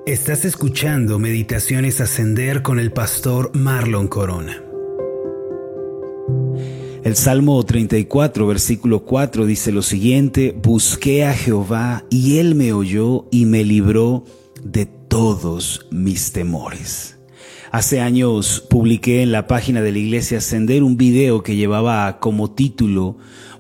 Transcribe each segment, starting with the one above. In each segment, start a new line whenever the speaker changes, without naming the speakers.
Estás escuchando Meditaciones Ascender con el pastor Marlon Corona. El Salmo 34, versículo 4 dice lo siguiente: Busqué a Jehová y Él me oyó y me libró de todos mis temores. Hace años publiqué en la página de la Iglesia Ascender un video que llevaba como título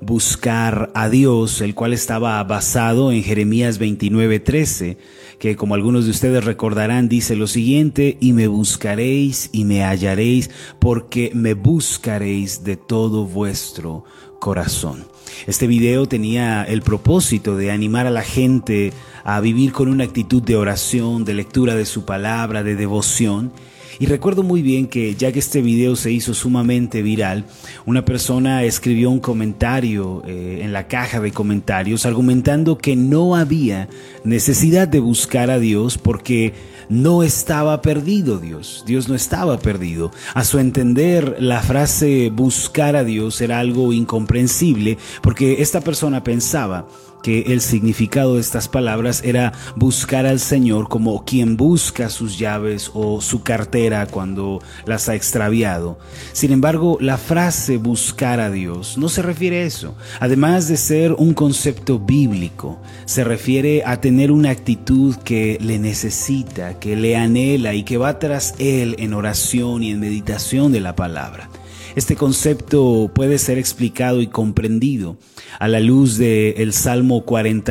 Buscar a Dios, el cual estaba basado en Jeremías 29:13, que como algunos de ustedes recordarán dice lo siguiente: y me buscaréis y me hallaréis, porque me buscaréis de todo vuestro corazón. Este video tenía el propósito de animar a la gente a vivir con una actitud de oración, de lectura de su palabra, de devoción. Y recuerdo muy bien que ya que este video se hizo sumamente viral, una persona escribió un comentario en la caja de comentarios argumentando que no había necesidad de buscar a Dios porque no estaba perdido Dios. Dios no estaba perdido. A su entender, la frase buscar a Dios era algo incomprensible porque esta persona pensaba que el significado de estas palabras era buscar al Señor como quien busca sus llaves o su cartera cuando las ha extraviado. Sin embargo, la frase buscar a Dios no se refiere a eso. Además de ser un concepto bíblico, se refiere a tener una actitud que le necesita, que le anhela y que va tras Él en oración y en meditación de la palabra. Este concepto puede ser explicado y comprendido a la luz del Salmo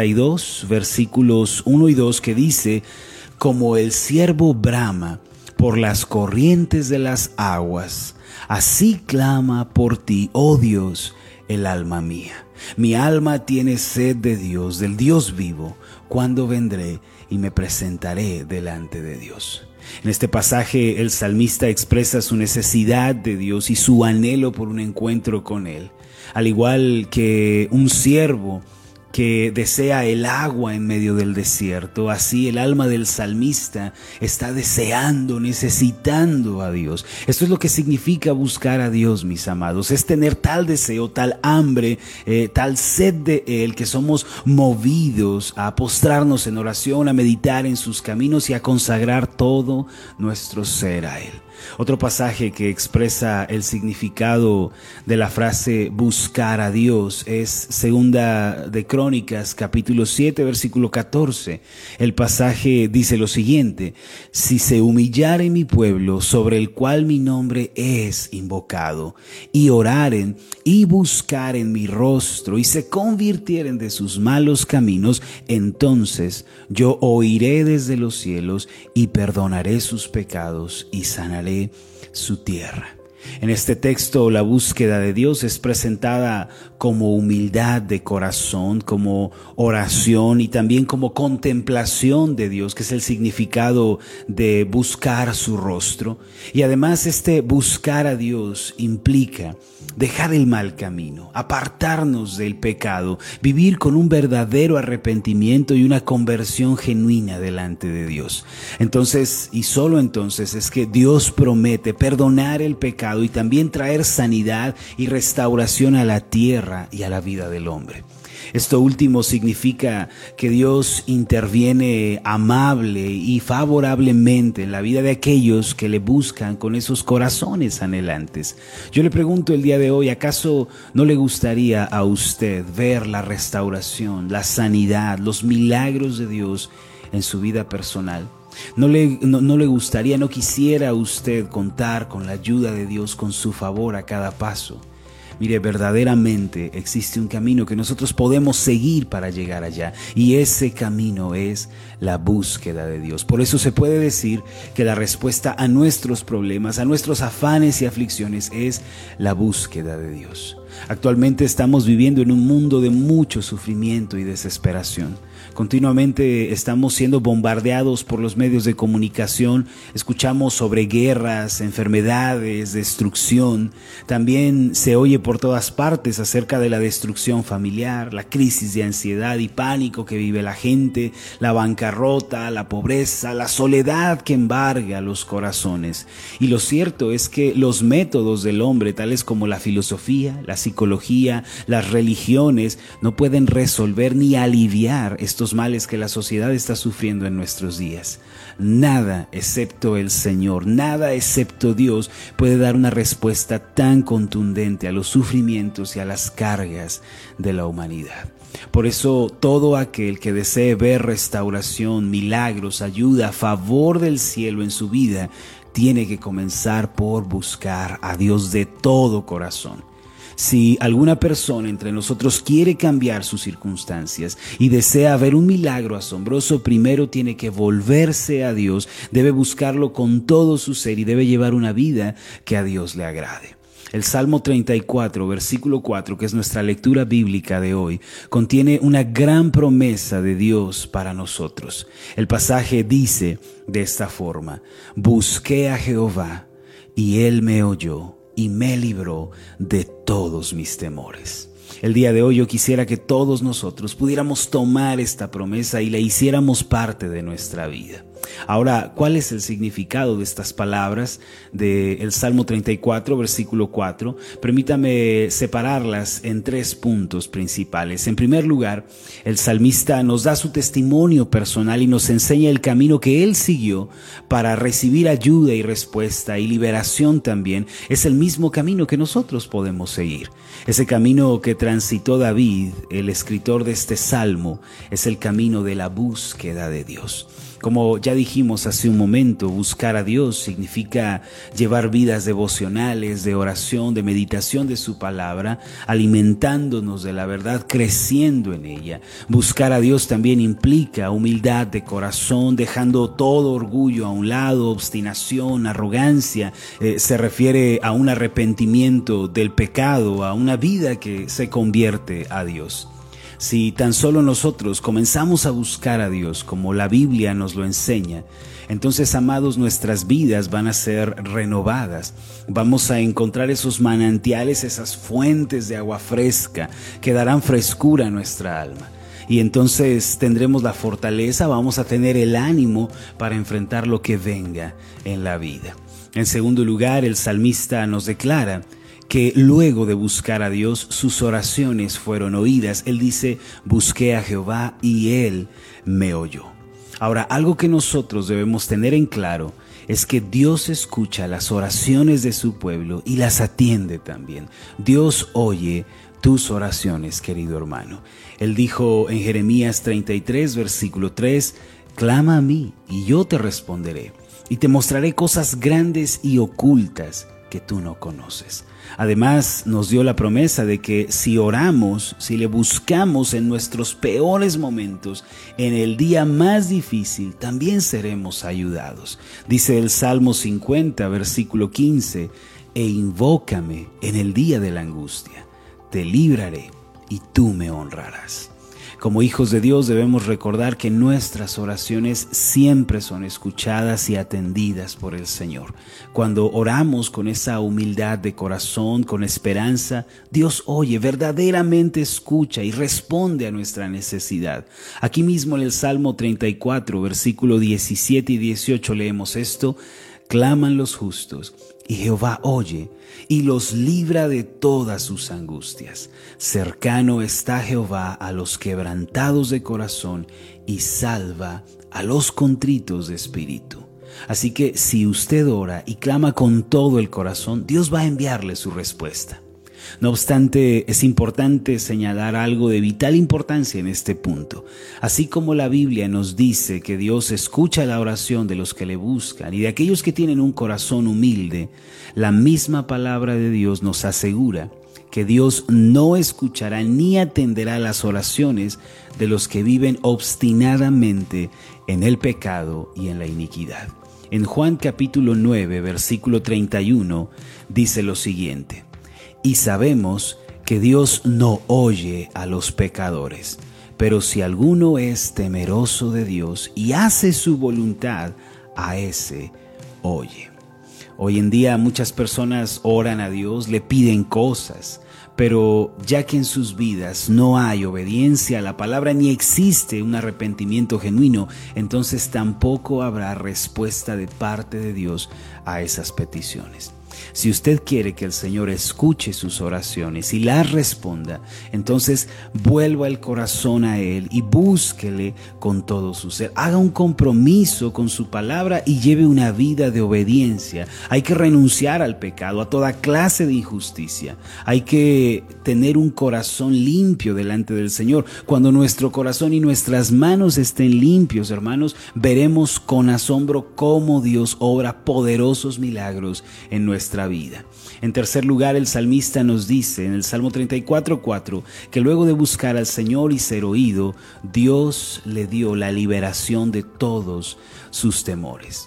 42, versículos 1 y 2, que dice: como el ciervo brama por las corrientes de las aguas, así clama por ti, oh Dios, el alma mía. Mi alma tiene sed de Dios, del Dios vivo. ¿Cuándo vendré y me presentaré delante de Dios? En este pasaje el salmista expresa su necesidad de Dios y su anhelo por un encuentro con Él. Al igual que un ciervo que desea el agua en medio del desierto, así el alma del salmista está deseando, necesitando a Dios. Esto es lo que significa buscar a Dios, mis amados. Es tener tal deseo, tal hambre, tal sed de Él, que somos movidos a postrarnos en oración, a meditar en sus caminos y a consagrar todo nuestro ser a Él. Otro pasaje que expresa el significado de la frase buscar a Dios es Segunda de Crónicas, capítulo 7, versículo 14. El pasaje dice lo siguiente: si se humillare mi pueblo, sobre el cual mi nombre es invocado, y oraren y buscaren mi rostro, y se convirtieren de sus malos caminos, entonces yo oiré desde los cielos y perdonaré sus pecados y sanaré su tierra. En este texto, la búsqueda de Dios es presentada como humildad de corazón, como oración y también como contemplación de Dios, que es el significado de buscar su rostro. Y además este buscar a Dios implica dejar el mal camino, apartarnos del pecado, vivir con un verdadero arrepentimiento y una conversión genuina delante de Dios. Entonces, y solo entonces, es que Dios promete perdonar el pecado y también traer sanidad y restauración a la tierra y a la vida del hombre. Esto último significa que Dios interviene amable y favorablemente en la vida de aquellos que le buscan con esos corazones anhelantes. Yo le pregunto el día de hoy, ¿acaso no le gustaría a usted ver la restauración, la sanidad, los milagros de Dios en su vida personal? ¿No le gustaría, no quisiera usted contar con la ayuda de Dios, con su favor a cada paso? Mire, verdaderamente existe un camino que nosotros podemos seguir para llegar allá, y ese camino es la búsqueda de Dios. Por eso se puede decir que la respuesta a nuestros problemas, a nuestros afanes y aflicciones es la búsqueda de Dios. Actualmente estamos viviendo en un mundo de mucho sufrimiento y desesperación. Continuamente estamos siendo bombardeados por los medios de comunicación. Escuchamos sobre guerras, enfermedades, destrucción. También se oye por todas partes acerca de la destrucción familiar, la crisis de ansiedad y pánico que vive la gente, la bancarrota, la pobreza, la soledad que embarga los corazones. Y lo cierto es que los métodos del hombre, tales como la filosofía, la psicología, las religiones no pueden resolver ni aliviar estos males que la sociedad está sufriendo en nuestros días. Nada excepto el Señor, nada excepto Dios puede dar una respuesta tan contundente a los sufrimientos y a las cargas de la humanidad. Por eso todo aquel que desee ver restauración, milagros, ayuda, favor del cielo en su vida, tiene que comenzar por buscar a Dios de todo corazón. Si alguna persona entre nosotros quiere cambiar sus circunstancias y desea ver un milagro asombroso, primero tiene que volverse a Dios, debe buscarlo con todo su ser y debe llevar una vida que a Dios le agrade. El Salmo 34, versículo 4, que es nuestra lectura bíblica de hoy, contiene una gran promesa de Dios para nosotros. El pasaje dice de esta forma: busqué a Jehová y Él me oyó y me libró de todos mis temores. El día de hoy yo quisiera que todos nosotros pudiéramos tomar esta promesa y la hiciéramos parte de nuestra vida. Ahora, ¿cuál es el significado de estas palabras del Salmo 34, versículo 4? Permítame separarlas en 3 puntos principales. En primer lugar, el salmista nos da su testimonio personal y nos enseña el camino que él siguió para recibir ayuda y respuesta y liberación también. Es el mismo camino que nosotros podemos seguir. Ese camino que transitó David, el escritor de este salmo, es el camino de la búsqueda de Dios. Como ya dijimos hace un momento, buscar a Dios significa llevar vidas devocionales, de oración, de meditación de su palabra, alimentándonos de la verdad, creciendo en ella. Buscar a Dios también implica humildad de corazón, dejando todo orgullo a un lado, obstinación, arrogancia. Se refiere a un arrepentimiento del pecado, a una vida que se convierte a Dios. Si tan solo nosotros comenzamos a buscar a Dios como la Biblia nos lo enseña, entonces, amados, nuestras vidas van a ser renovadas. Vamos a encontrar esos manantiales, esas fuentes de agua fresca que darán frescura a nuestra alma. Y entonces tendremos la fortaleza, vamos a tener el ánimo para enfrentar lo que venga en la vida. En segundo lugar, el salmista nos declara que luego de buscar a Dios, sus oraciones fueron oídas. Él dice: busqué a Jehová y Él me oyó. Ahora, algo que nosotros debemos tener en claro es que Dios escucha las oraciones de su pueblo y las atiende también. Dios oye tus oraciones, querido hermano. Él dijo en Jeremías 33, versículo 3, clama a mí y yo te responderé y te mostraré cosas grandes y ocultas que tú no conoces. Además, nos dio la promesa de que si oramos, si le buscamos en nuestros peores momentos, en el día más difícil, también seremos ayudados. Dice el Salmo 50, versículo 15, e invócame en el día de la angustia, te libraré y tú me honrarás. Como hijos de Dios debemos recordar que nuestras oraciones siempre son escuchadas y atendidas por el Señor. Cuando oramos con esa humildad de corazón, con esperanza, Dios oye, verdaderamente escucha y responde a nuestra necesidad. Aquí mismo en el Salmo 34, versículo 17 y 18 leemos esto: claman los justos y Jehová oye y los libra de todas sus angustias. Cercano está Jehová a los quebrantados de corazón y salva a los contritos de espíritu. Así que si usted ora y clama con todo el corazón, Dios va a enviarle su respuesta. No obstante, es importante señalar algo de vital importancia en este punto. Así como la Biblia nos dice que Dios escucha la oración de los que le buscan y de aquellos que tienen un corazón humilde, la misma palabra de Dios nos asegura que Dios no escuchará ni atenderá las oraciones de los que viven obstinadamente en el pecado y en la iniquidad. En Juan capítulo 9, versículo 31, dice lo siguiente: y sabemos que Dios no oye a los pecadores, pero si alguno es temeroso de Dios y hace su voluntad, a ese oye. Hoy en día muchas personas oran a Dios, le piden cosas, pero ya que en sus vidas no hay obediencia a la palabra ni existe un arrepentimiento genuino, entonces tampoco habrá respuesta de parte de Dios a esas peticiones. Si usted quiere que el Señor escuche sus oraciones y las responda, entonces vuelva el corazón a Él y búsquele con todo su ser. Haga un compromiso con su palabra y lleve una vida de obediencia. Hay que renunciar al pecado, a toda clase de injusticia. Hay que tener un corazón limpio delante del Señor. Cuando nuestro corazón y nuestras manos estén limpios, hermanos, veremos con asombro cómo Dios obra poderosos milagros en nuestra vida. En tercer lugar, el salmista nos dice en el Salmo 34:4 que luego de buscar al Señor y ser oído, Dios le dio la liberación de todos sus temores.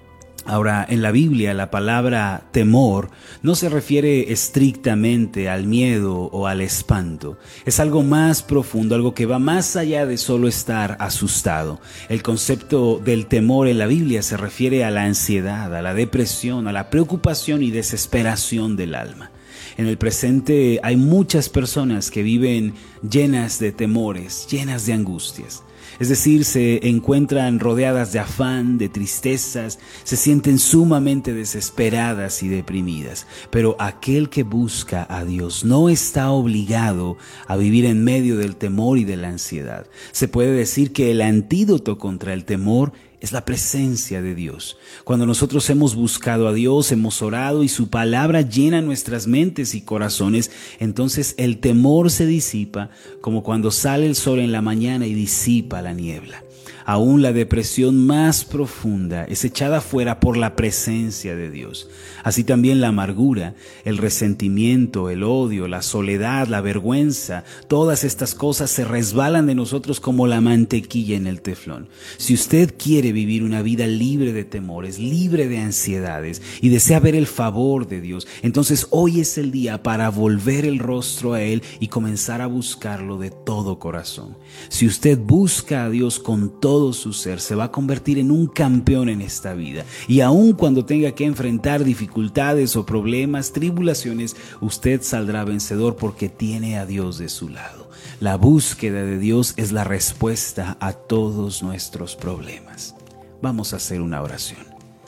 Ahora, en la Biblia, la palabra temor no se refiere estrictamente al miedo o al espanto. Es algo más profundo, algo que va más allá de solo estar asustado. El concepto del temor en la Biblia se refiere a la ansiedad, a la depresión, a la preocupación y desesperación del alma. En el presente hay muchas personas que viven llenas de temores, llenas de angustias. Es decir, se encuentran rodeadas de afán, de tristezas, se sienten sumamente desesperadas y deprimidas. Pero aquel que busca a Dios no está obligado a vivir en medio del temor y de la ansiedad. Se puede decir que el antídoto contra el temor es la presencia de Dios. Cuando nosotros hemos buscado a Dios, hemos orado y su palabra llena nuestras mentes y corazones, entonces el temor se disipa como cuando sale el sol en la mañana y disipa la niebla. Aún la depresión más profunda es echada fuera por la presencia de Dios. Así también la amargura, el resentimiento, el odio, la soledad, la vergüenza, todas estas cosas se resbalan de nosotros como la mantequilla en el teflón. Si usted quiere vivir una vida libre de temores, libre de ansiedades y desea ver el favor de Dios, entonces hoy es el día para volver el rostro a Él y comenzar a buscarlo de todo corazón. Si usted busca a Dios con todo su ser, se va a convertir en un campeón en esta vida. Y aun cuando tenga que enfrentar dificultades o problemas, tribulaciones, usted saldrá vencedor porque tiene a Dios de su lado. La búsqueda de Dios es la respuesta a todos nuestros problemas. Vamos a hacer una oración.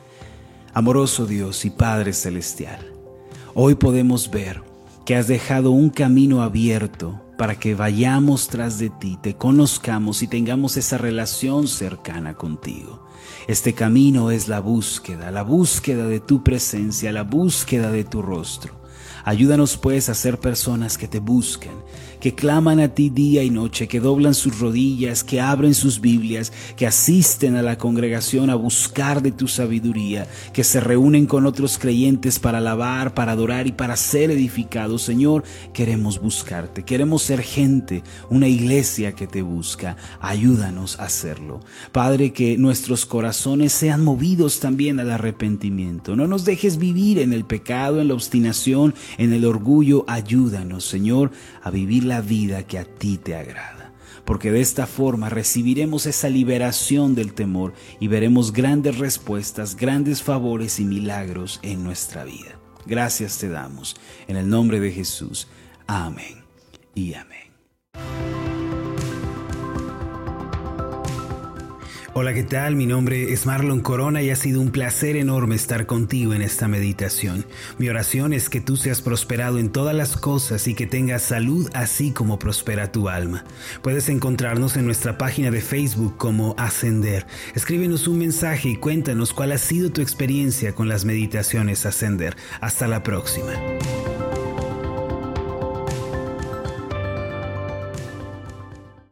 Amoroso Dios y Padre Celestial, hoy podemos ver que has dejado un camino abierto para que vayamos tras de ti, te conozcamos y tengamos esa relación cercana contigo. Este camino es la búsqueda de tu presencia, la búsqueda de tu rostro. Ayúdanos pues a ser personas que te buscan, que claman a ti día y noche, que doblan sus rodillas, que abren sus Biblias, que asisten a la congregación a buscar de tu sabiduría, que se reúnen con otros creyentes para alabar, para adorar y para ser edificados. Señor, queremos buscarte, queremos ser gente, una iglesia que te busca. Ayúdanos a hacerlo. Padre, que nuestros corazones sean movidos también al arrepentimiento. No nos dejes vivir en el pecado, en la obstinación, en el orgullo. Ayúdanos, Señor, a vivir la vida que a ti te agrada, porque de esta forma recibiremos esa liberación del temor y veremos grandes respuestas, grandes favores y milagros en nuestra vida. Gracias te damos, en el nombre de Jesús. Amén y amén. Hola, ¿qué tal? Mi nombre es Marlon Corona y ha sido un placer enorme estar contigo en esta meditación. Mi oración es que tú seas prosperado en todas las cosas y que tengas salud así como prospera tu alma. Puedes encontrarnos en nuestra página de Facebook como Ascender. Escríbenos un mensaje y cuéntanos cuál ha sido tu experiencia con las meditaciones Ascender. Hasta la próxima.